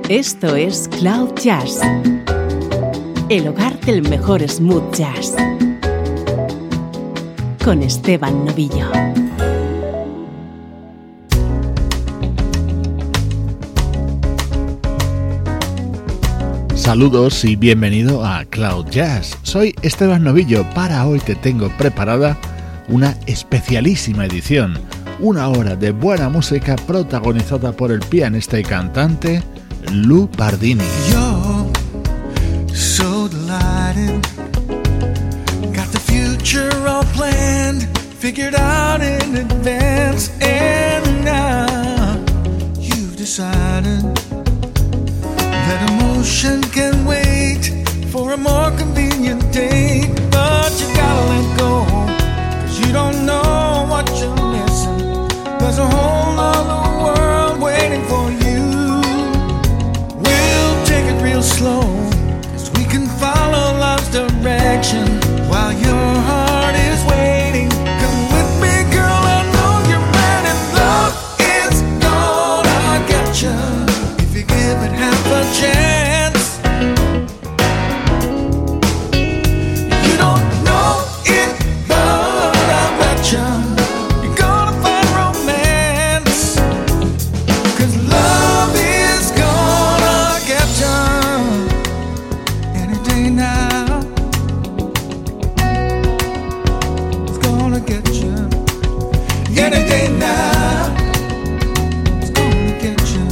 Esto es Cloud Jazz, el hogar del mejor smooth jazz, con Esteban Novillo. Saludos y bienvenido a Cloud Jazz. Soy Esteban Novillo. Para hoy te tengo preparada una especialísima edición. Una hora de buena música protagonizada por el pianista y cantante Lou Bardini. You're so delighted, got the future all planned, figured out in advance, and now you've decided that emotion can wait for a more convenient date. But you gotta let go, 'cause you don't know what you're missing. There's a whole other world waiting for you. We'll take it real slow, 'cause we can follow love's direction while your heart is waiting. Come with me, girl, I know you're ready. Love is gonna get you if you give it half a chance. You don't know it, but I bet you you're gonna find romance, 'cause love is gonna get you any day now. It's gonna get you any day now. It's gonna get you.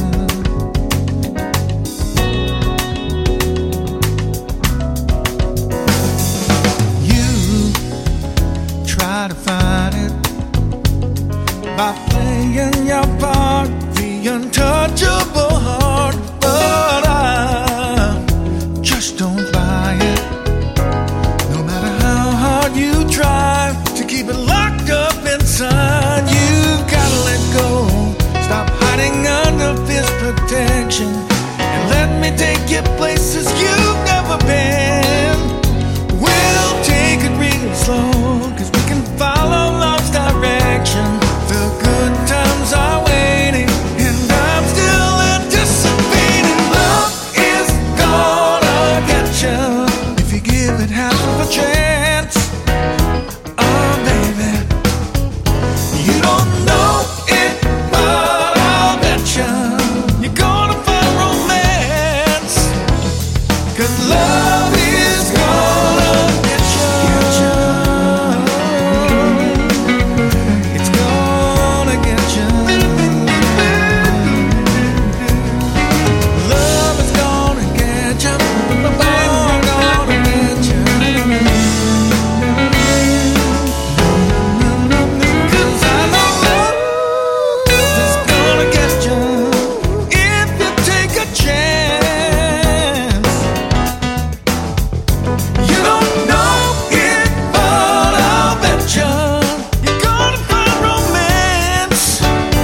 You try to find it by playing your part, the untouchable heart, but I just don't buy it. No matter how hard you try to keep it locked up inside, you gotta let go. Stop hiding under fist protection and let me take you places you've never been. We'll take it real slow, 'cause we can follow love's direction. The good times are waiting, and I'm still anticipating. Love is gonna get you if you give it half of a chance. Oh, baby, you don't know it, but I'll bet you you're gonna find romance, 'cause love is gonna get you. It's gonna get you. Love is gonna get you. Oh, gonna get you. 'Cause I know love is gonna get you if you take a chance. You don't know it, but I'll bet you you're gonna find romance.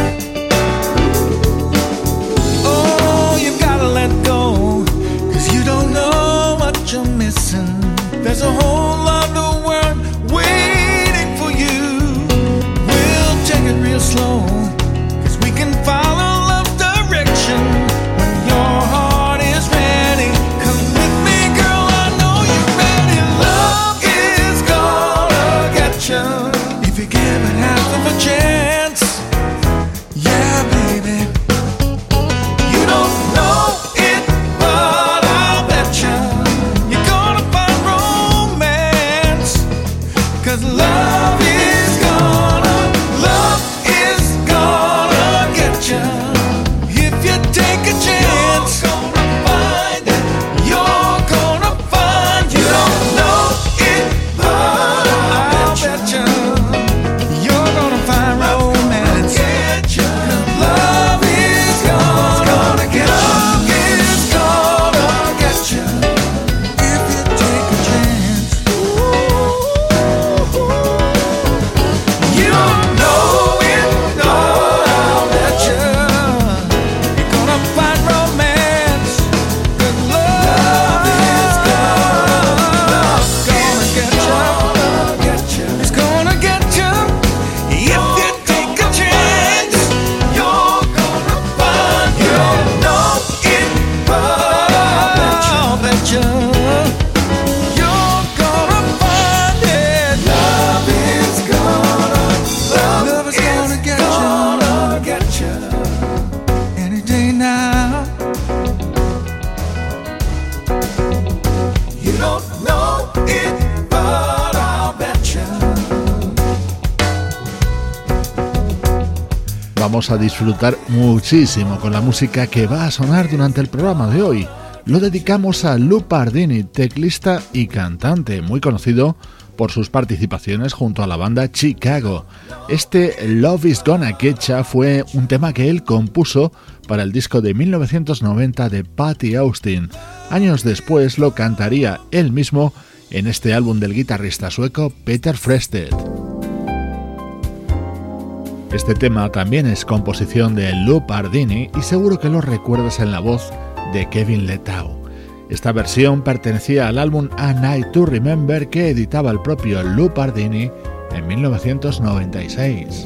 Oh, you've gotta let go, 'cause you don't know what you're missing. There's a whole other world waiting for you. We'll take it real slow, 'cause we can follow love's direction when your heart is ready. Come with me, girl, I know you're ready. Love is gonna get you if you give it half of a chance. Yeah, baby, you don't know it, but I'll bet you you're gonna find romance, 'cause love is gonna vamos a disfrutar muchísimo con la música que va a sonar durante el programa de hoy. Lo dedicamos a Lou Pardini, teclista y cantante, muy conocido por sus participaciones junto a la banda Chicago. Este Love Is Gonna Get Ya fue un tema que él compuso para el disco de 1990 de Patti Austin. Años después lo cantaría él mismo en este álbum del guitarrista sueco Peter Frested. Este tema también es composición de Lou Pardini y seguro que lo recuerdas en la voz de Kevin Letao. Esta versión pertenecía al álbum A Night to Remember que editaba el propio Lou Pardini en 1996.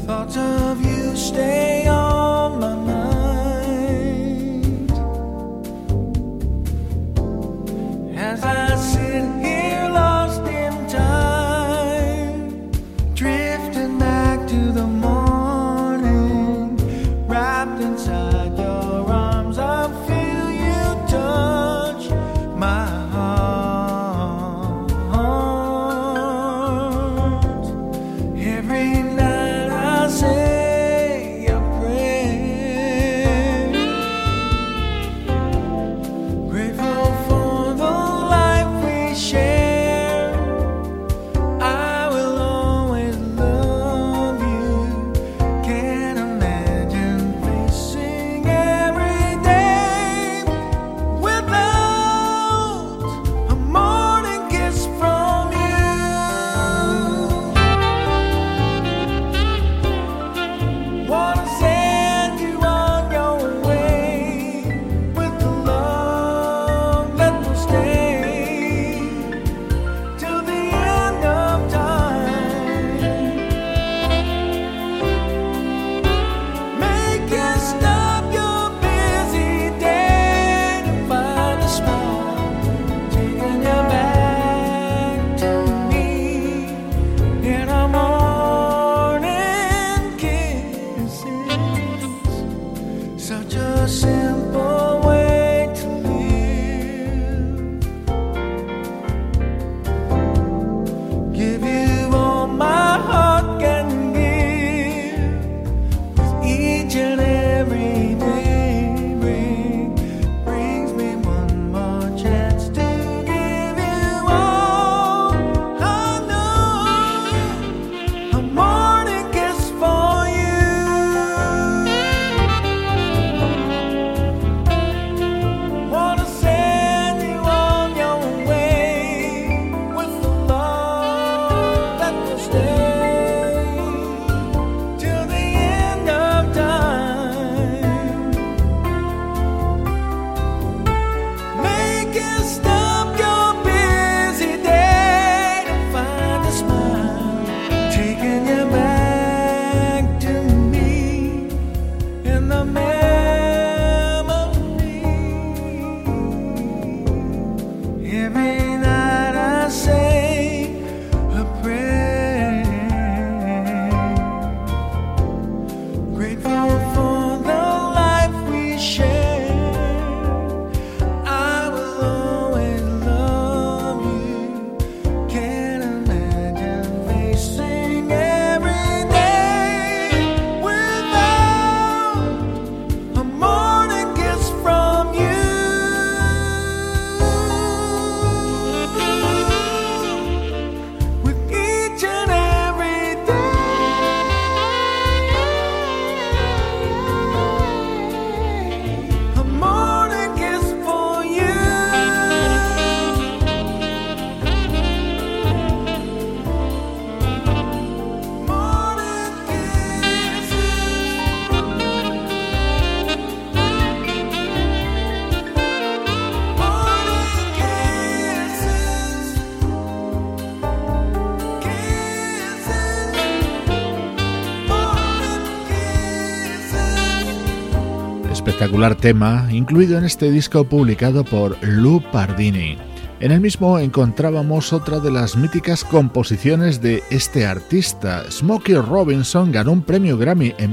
Espectacular tema incluido en este disco publicado por Lou Pardini. En el mismo encontrábamos otra de las míticas composiciones de este artista. Smokey Robinson ganó un premio Grammy en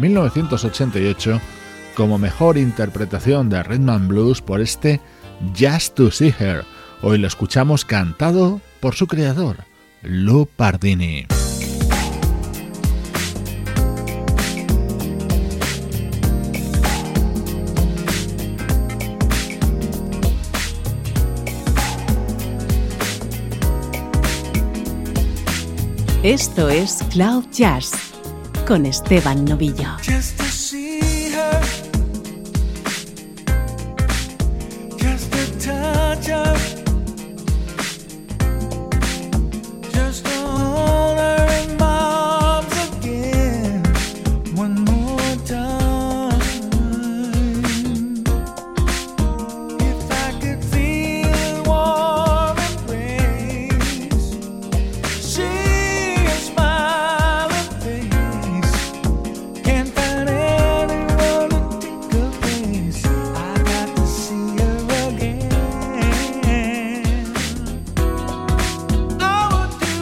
1988 como mejor interpretación de Rhythm and Blues por este Just to See Her. Hoy lo escuchamos cantado por su creador, Lou Pardini. Esto es Cloud Jazz con Esteban Novillo. Just to see her, just to touch her, just to hold her in my arms again one more time. If I could feel a warm embrace, see a smiling face, can't find anyone to take her place. I got to see her again. I would do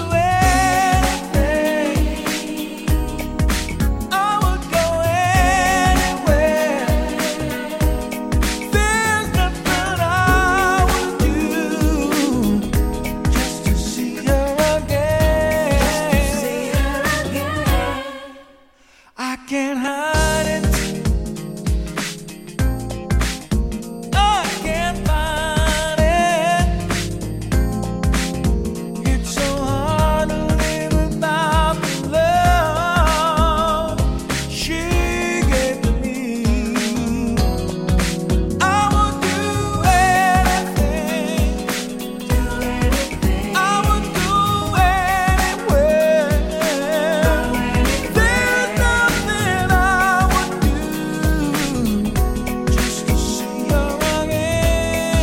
anything, I would go anywhere. There's nothing I would do just to see her again. I can't hide it, I can't find it. It's so hard to live without the love she gave to me. I would do anything, I would go anywhere. There's nothing I would do just to see her again.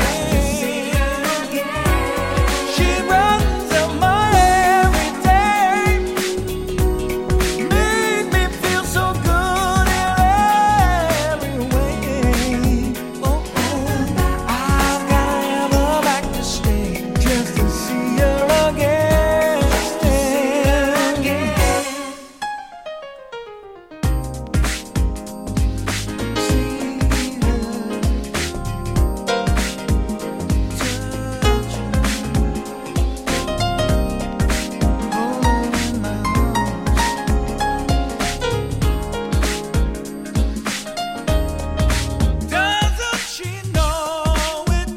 She runs up my every day, make me feel so good in every way. Oh, I've gotta have her back to stay just to see her again. Doesn't she know it?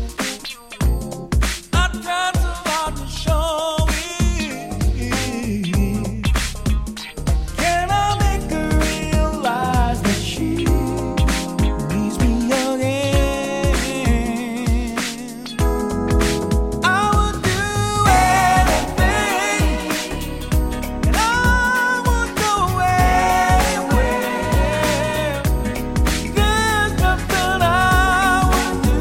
I tried so hard to show it. Can I make her realize that she needs me again? I would do anything, and I would go anywhere. There's nothing I would do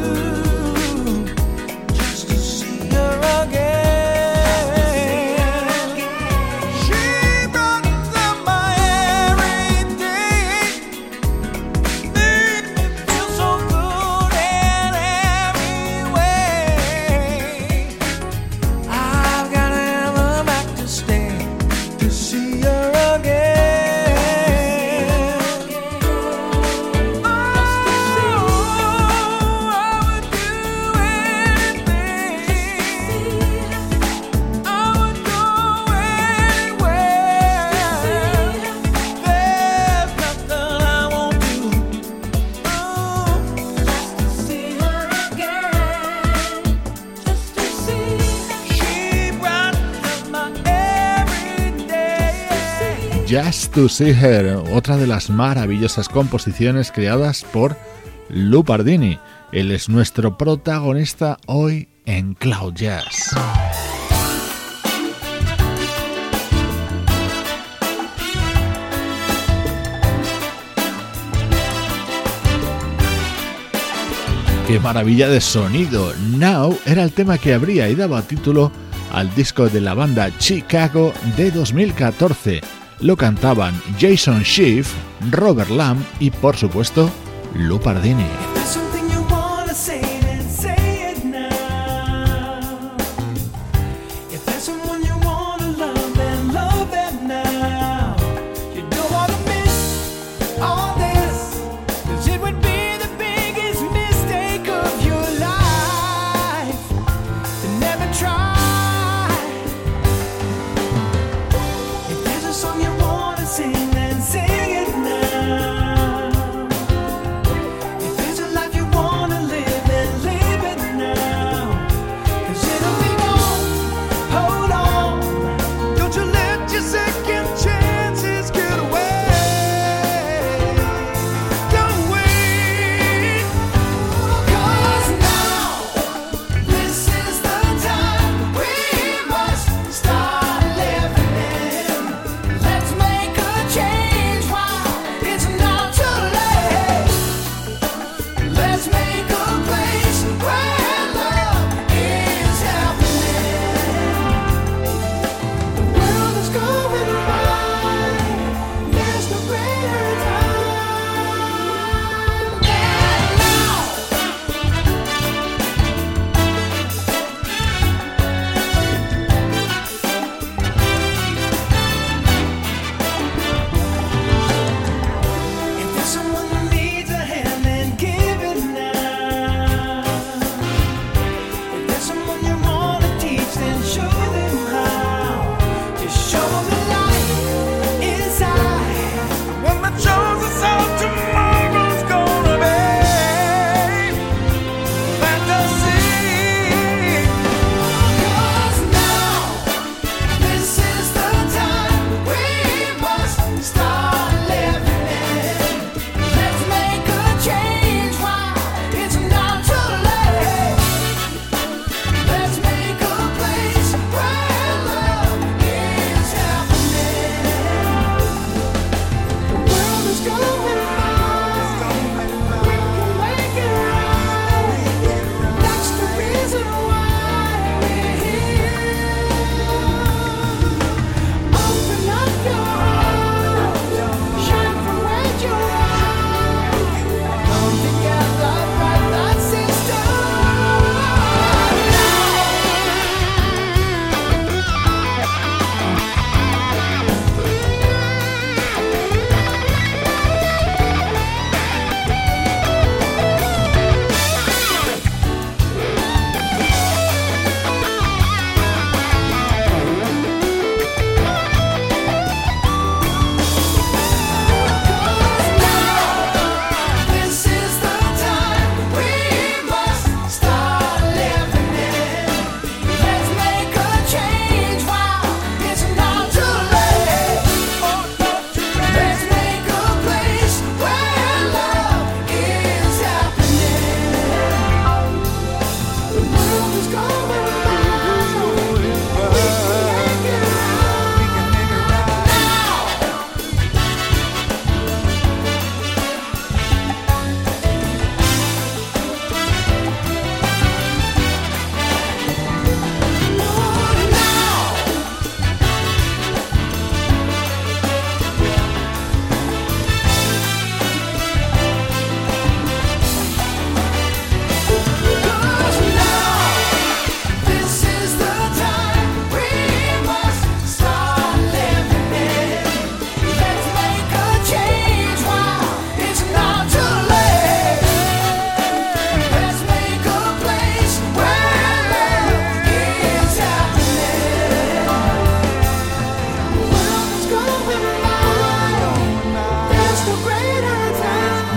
just to see her again. She brightens up my every day, make me feel so good in every way. I've gotta have her back to stay to see her again. Oh, I would do anything, I would go anywhere. There's nothing I won't do just to see her again. Just to see her. She brightens up my every day. Just to See Her, otra de las maravillosas composiciones creadas por Lou Pardini. Él es nuestro protagonista hoy en Cloud Jazz. ¡Qué maravilla de sonido! Now era el tema que abría y daba título al disco de la banda Chicago de 2014. Lo cantaban Jason Schiff, Robert Lamb y, por supuesto, Lou Pardini. There's something you wanna say, then say it now. If there's someone you wanna love, then love them now. You don't wanna miss all this, 'cause it would be the biggest mistake of your life to never try. If there's a song you wanna sing, then sing it now. If there's a life you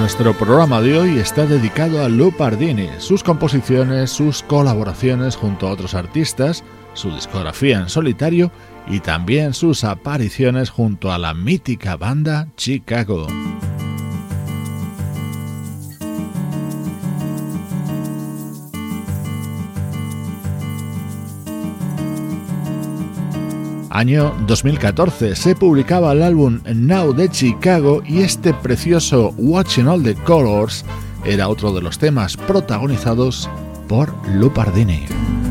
nuestro programa de hoy está dedicado a Lou Pardini, sus composiciones, sus colaboraciones junto a otros artistas, su discografía en solitario y también sus apariciones junto a la mítica banda Chicago. Año 2014, se publicaba el álbum Now de Chicago y este precioso Watching All the Colors era otro de los temas protagonizados por Lou Pardini.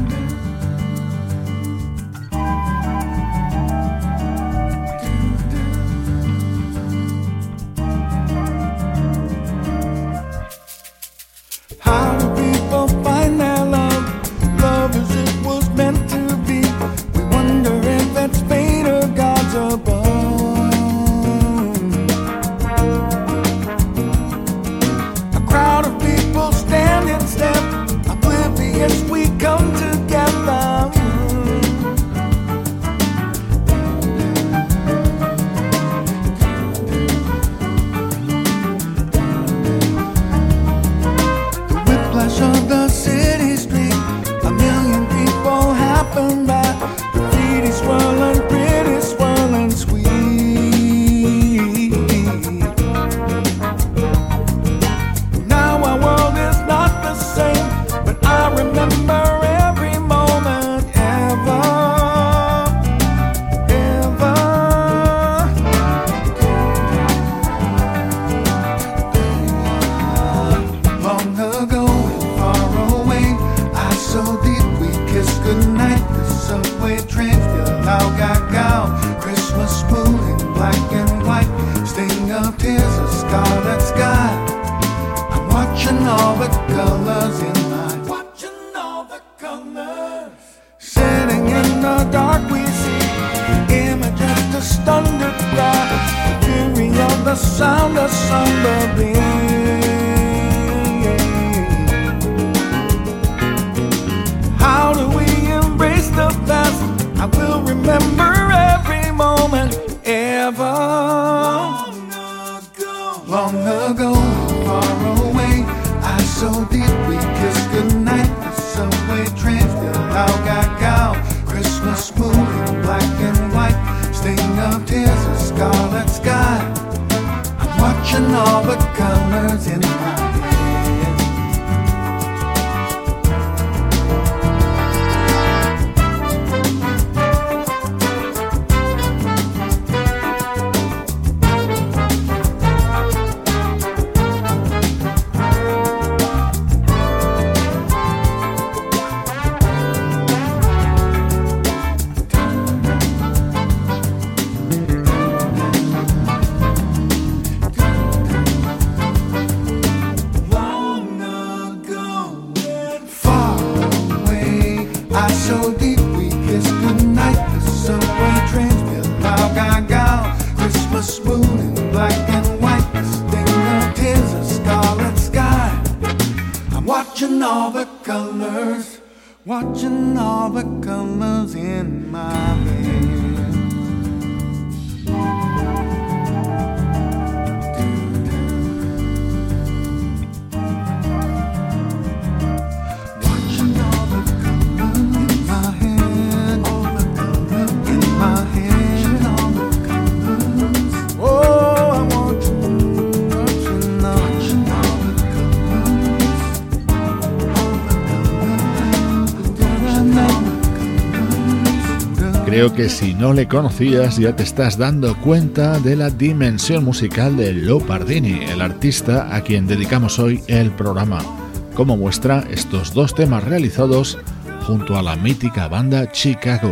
Watching all the colors in my head. Watching all the colors in my head, all the colors in my head, all the colors. Oh, I want you watching all the colors, all the colors. Creo que si no le conocías ya te estás dando cuenta de la dimensión musical de Lou Pardini, el artista a quien dedicamos hoy el programa, como muestra estos dos temas realizados junto a la mítica banda Chicago.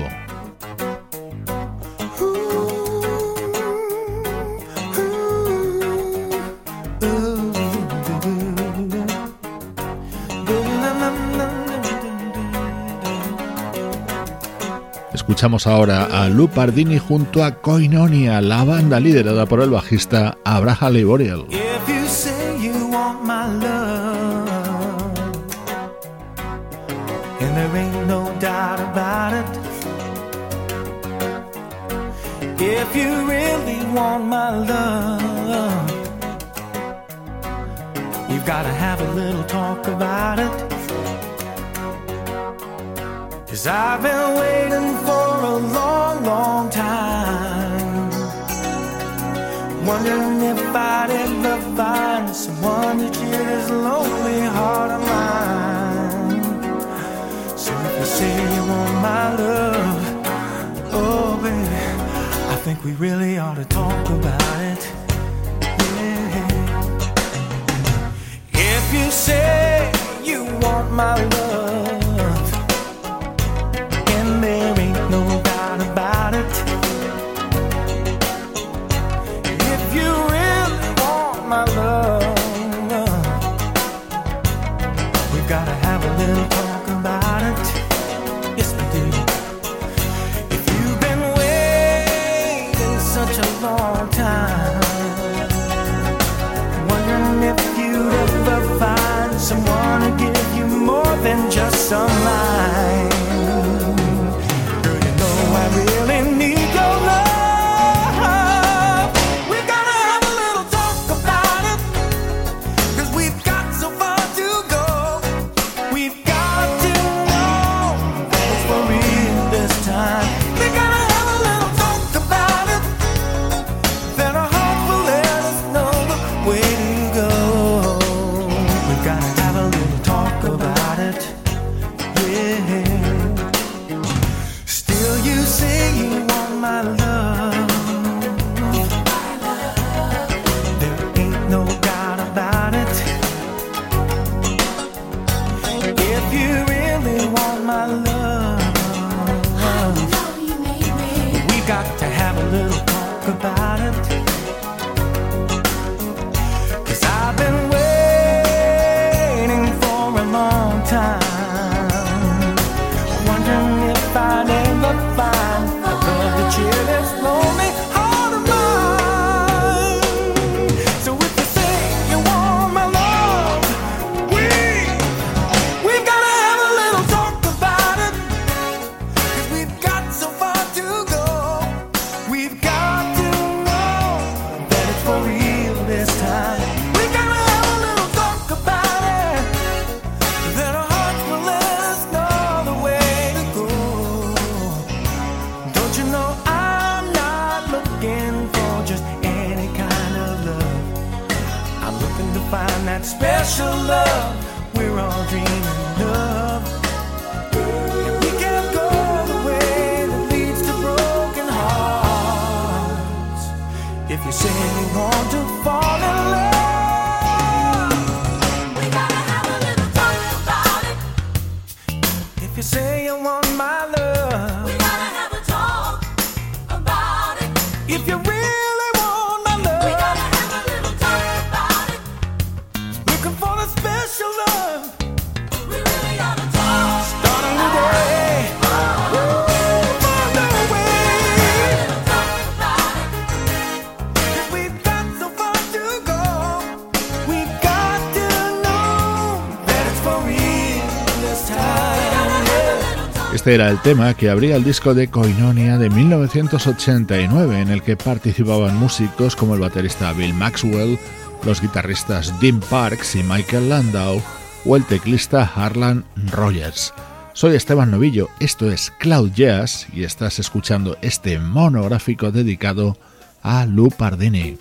Escuchamos ahora a Lou Pardini junto a Koinonia, la banda liderada por el bajista Abraham Liboriel. If you say you want my love, and there ain't no doubt about it, if you really want my love, gotta have a little talk about it. 'Cause I've been waiting for a long, long time, wondering if I'd ever find someone to cheer this lonely heart of mine. So if you say you want my love, oh baby, I think we really ought to talk about it. Yeah. If you say you want my love, and there ain't no doubt about it, if you really want my love, we've gotta have a little talk about it. Yes, we do. If you've been waiting such a long time, wondering if you'd ever find someone to give you more than just some line. Girl, you know I really need your love. We gotta have a little talk about it, 'cause we've got so far to go. We've got to know that it's for real this time. We gotta have a little talk about it, then our hearts will let us know the way to go. We gotta have a little talk about it, yeah. Still you say you want my love, there ain't no doubt about it. If you really want my love, we got to have a little talk about it. 'Cause I've been waiting for a long time, wondering if I'd ever find a love to cheer this lonely heart of mine. So if you say you want my love, we've gotta have a little talk about it, 'cause we've got so far to go. We've got to know that it's for real this time. We gotta have a little talk about it, then our hearts will let us know the way to go. Don't you know I'm not looking for just any kind of love. I'm looking to find that special love we're all dreaming of. And we can't go the way that leads to broken hearts. If you say you want to fall in love, we gotta have a little talk about it. If you say you want my love, we gotta have a talk about it. If you really want my love, we gotta have a little talk about it. Looking for the special love, we really ought to talk. Starting today, find a way. Talk about it. 'Cause we've got so far to go. We've got to know that it's for real this time. Yeah. Este era el tema que abría el disco de Koinonia de 1989, en el que participaban músicos como el baterista Bill Maxwell, los guitarristas Dean Parks y Michael Landau o el teclista Harlan Rogers. Soy Esteban Novillo, esto es Cloud Jazz y estás escuchando este monográfico dedicado a Lou Pardini.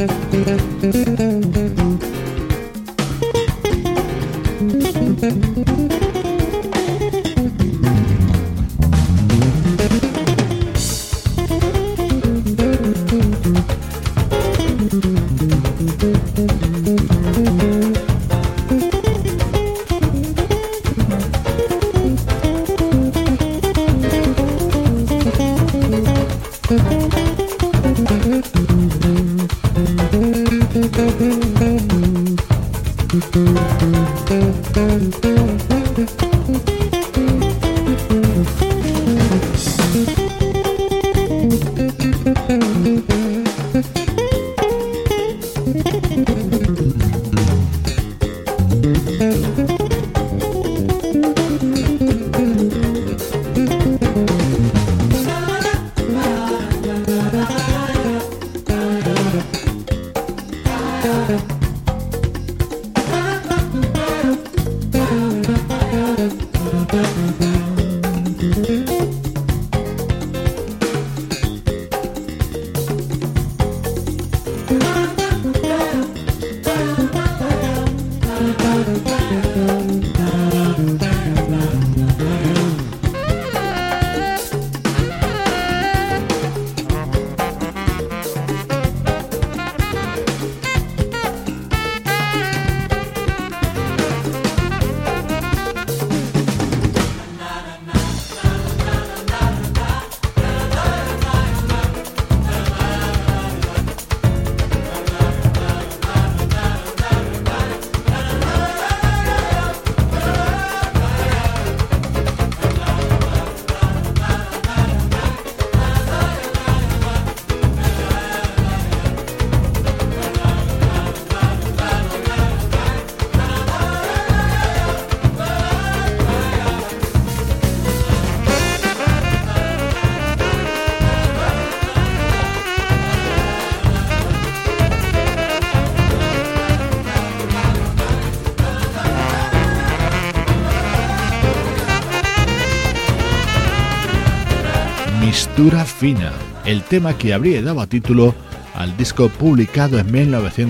Mistura Fina, el tema que habría dado título al disco publicado en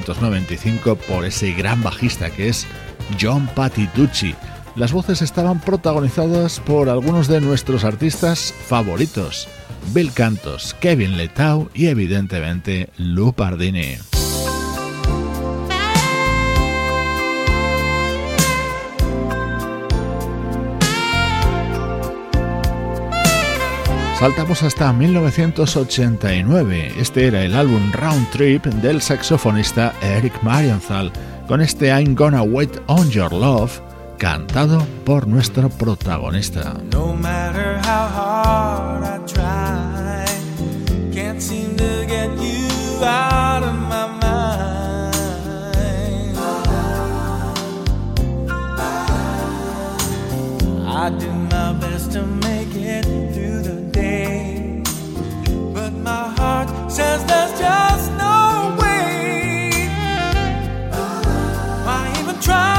1995 por ese gran bajista que es John Patitucci. Las voces estaban protagonizadas por algunos de nuestros artistas favoritos, Bill Cantos, Kevin Letau y evidentemente Lou Pardini. Saltamos hasta 1989. Este era el álbum Round Trip del saxofonista Eric Marienthal, con este I'm Gonna Wait on Your Love, cantado por nuestro protagonista. No matter how hard I try, can't seem to get you out of my mind. I do my best to make it through the day, but my heart says there's just no way. Why even try?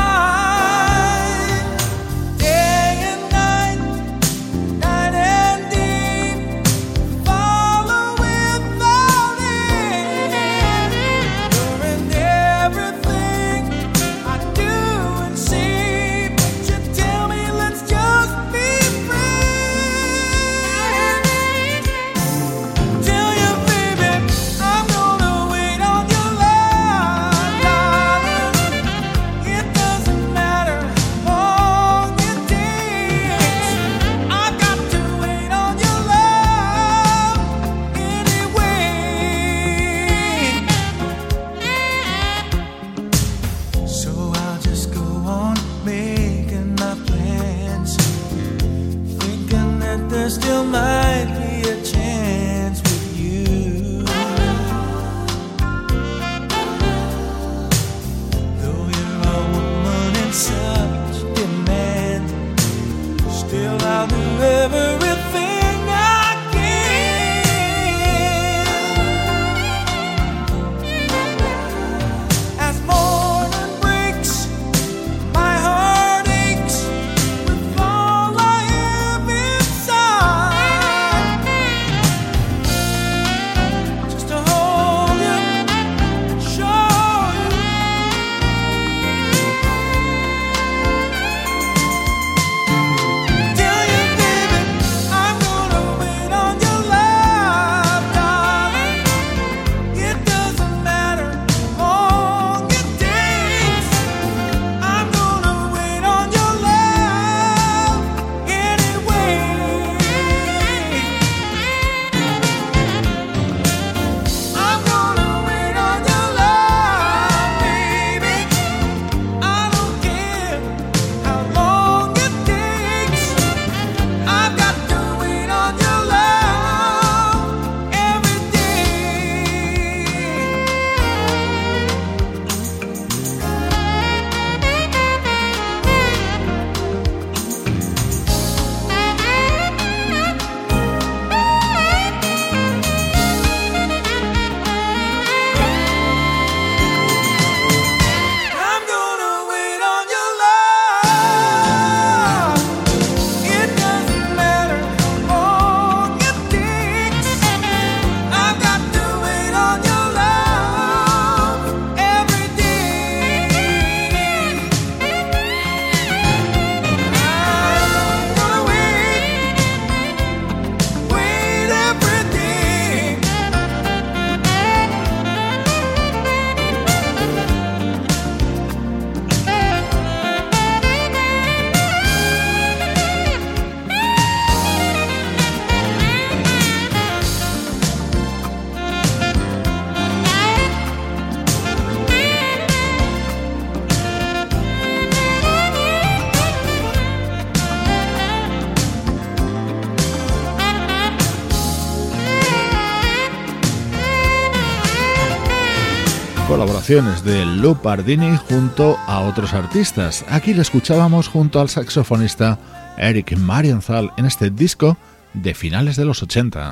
Still might be a chance with you. Though you're a woman in such demand, still I'll do everything I can. As morning breaks, my heart aches with all I have inside. colaboraciones de Lou Pardini junto a otros artistas. Aquí le escuchábamos junto al saxofonista Eric Marienthal en este disco de finales de los 80.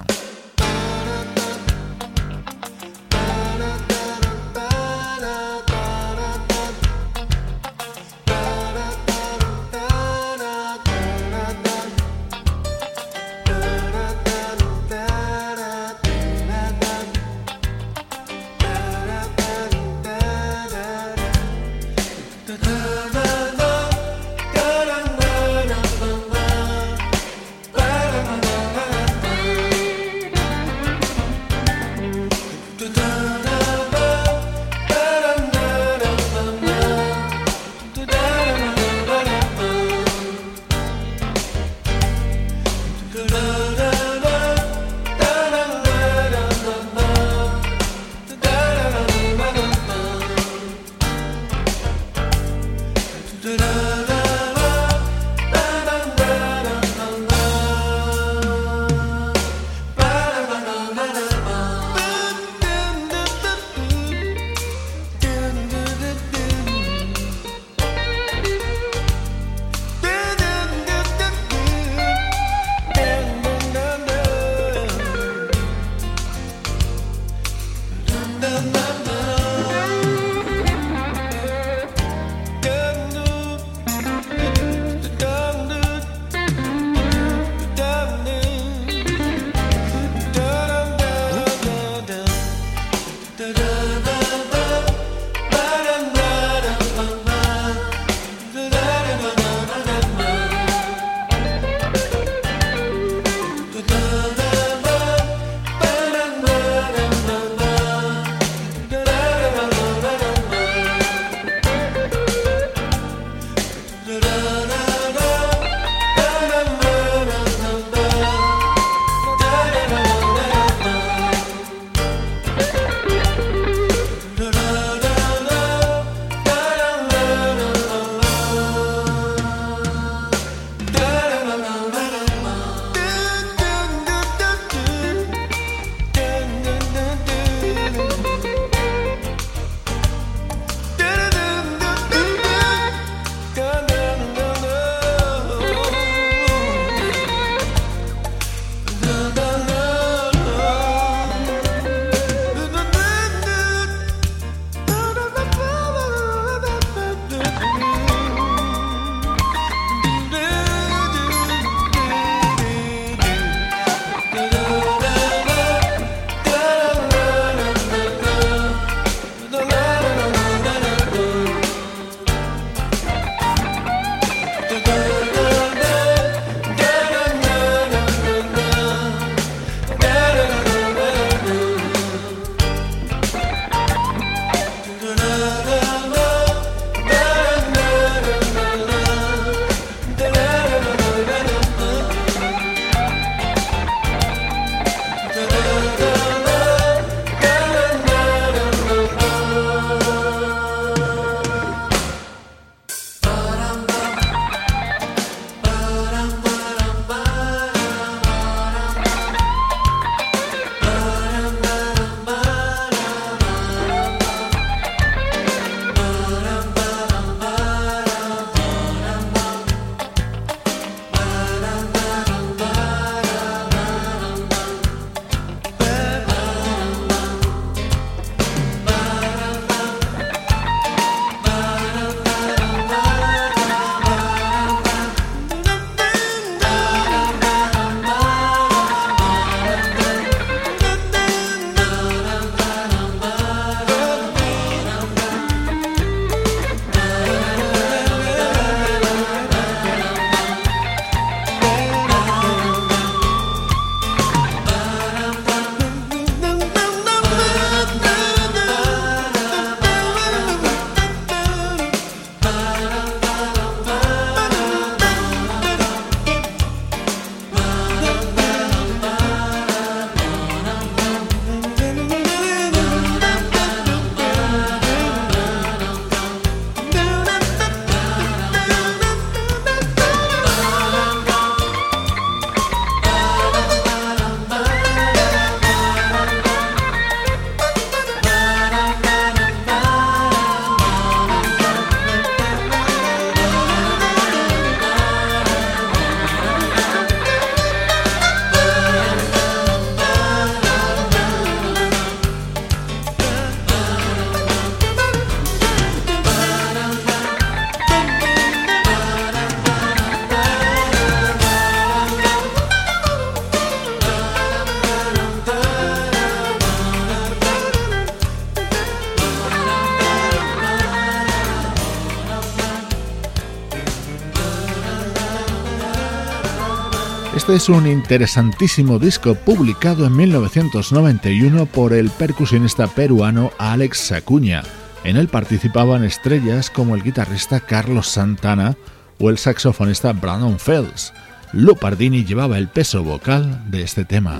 Este es un interesantísimo disco publicado en 1991 por el percusionista peruano Alex Acuña. En él participaban estrellas como el guitarrista Carlos Santana o el saxofonista Brandon Fields. Lou Pardini llevaba el peso vocal de este tema.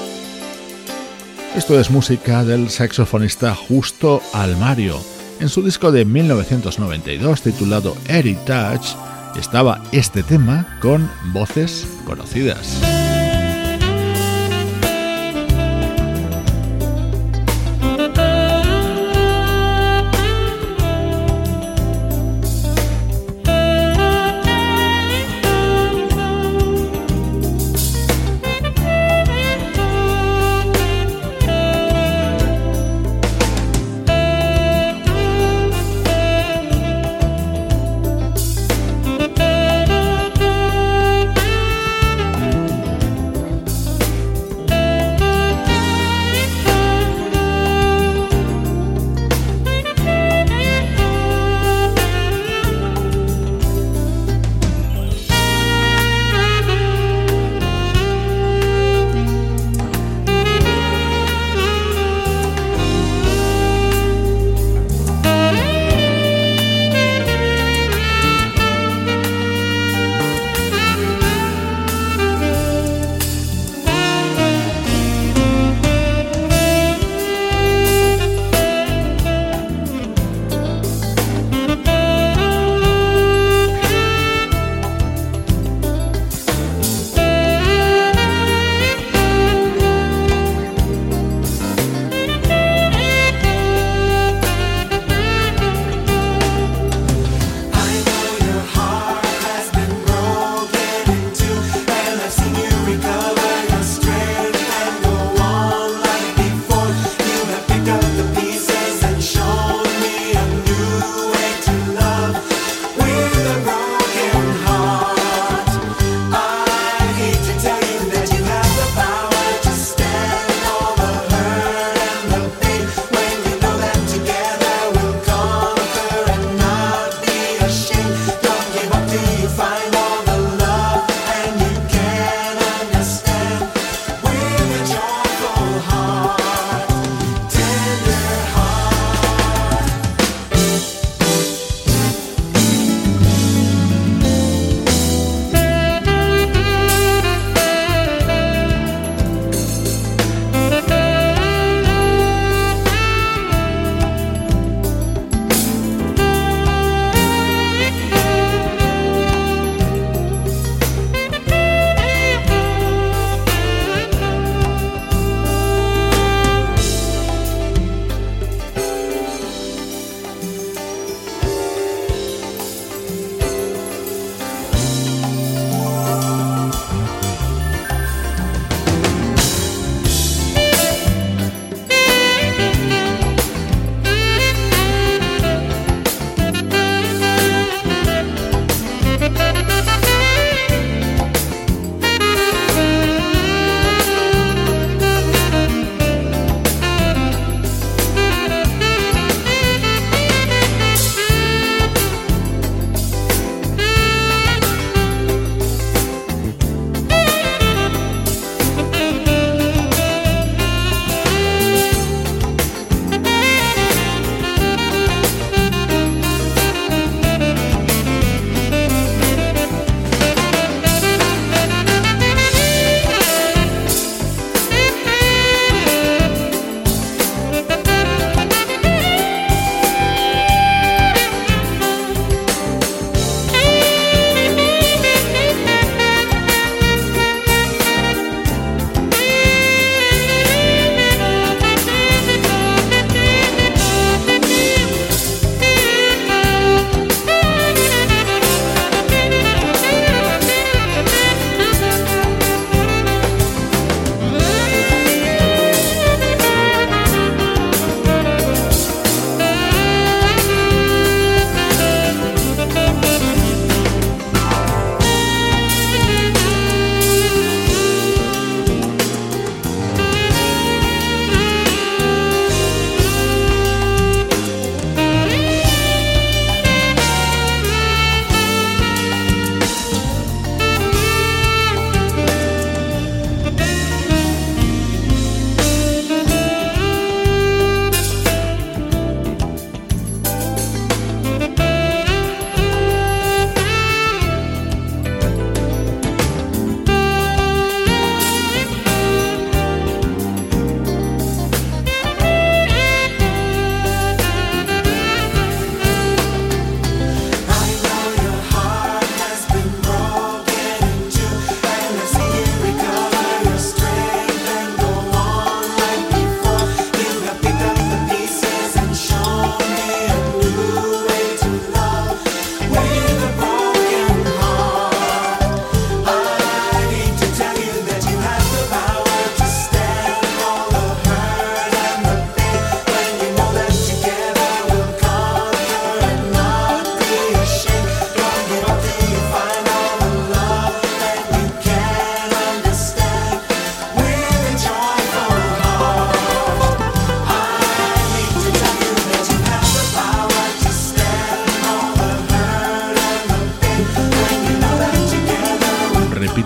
Esto es música del saxofonista Justo Almario. En su disco de 1992 titulado Heritage estaba este tema con voces conocidas.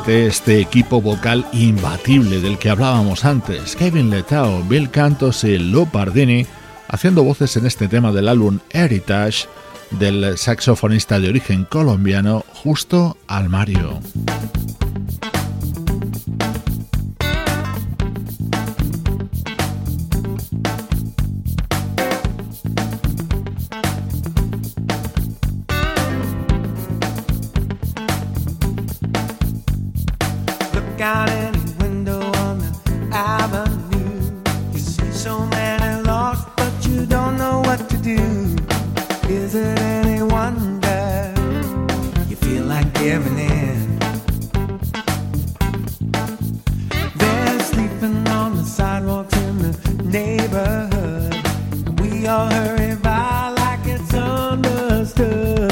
Fíjate este equipo vocal imbatible del que hablábamos antes, Kevin Letao, Bill Cantos y Lou Pardini, haciendo voces en este tema del álbum Heritage del saxofonista de origen colombiano Justo Almario. Out any window on the avenue, you see so many lost, but you don't know what to do. Is it any wonder you feel like giving in? They're sleeping on the sidewalks in the neighborhood, and we all hurry by like it's understood.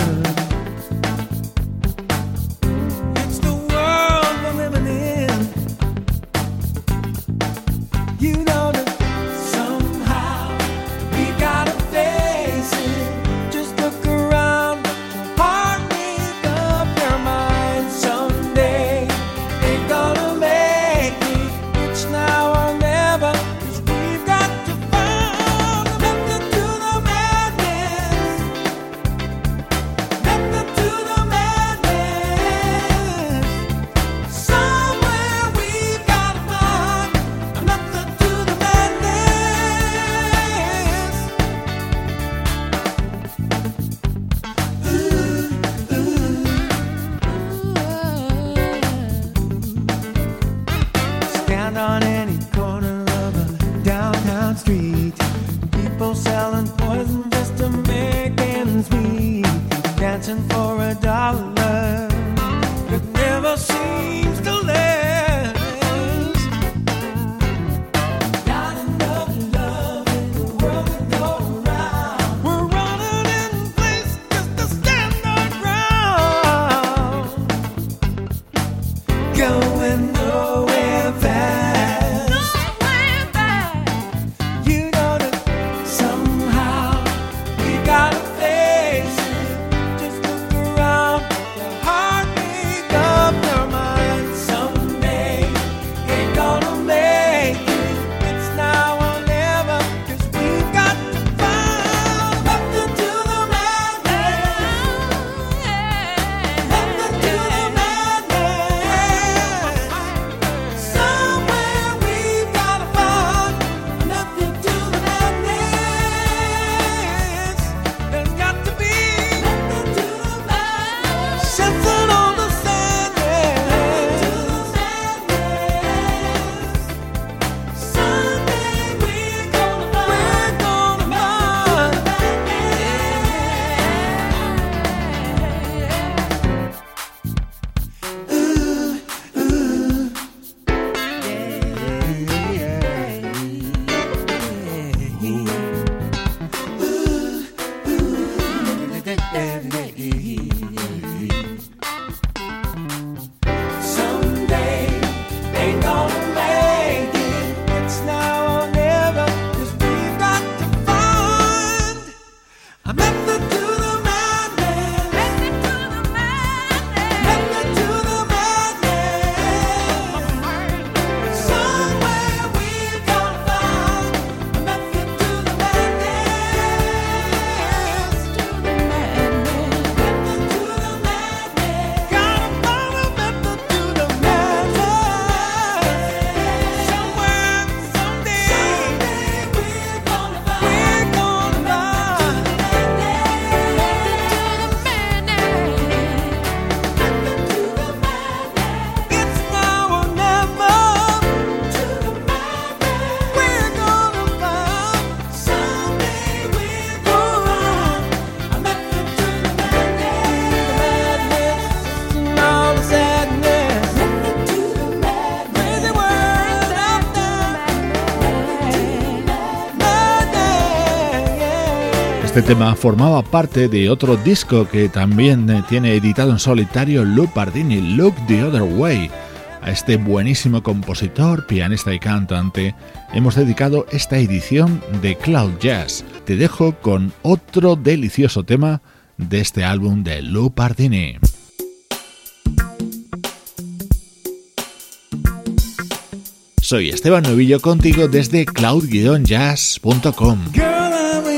Este tema formaba parte de otro disco que también tiene editado en solitario Lou Pardini, Look the Other Way. A este buenísimo compositor, pianista y cantante hemos dedicado esta edición de Cloud Jazz. Te dejo con otro delicioso tema de este álbum de Lou Pardini. Soy Esteban Novillo contigo desde cloud-jazz.com. Girl, I'm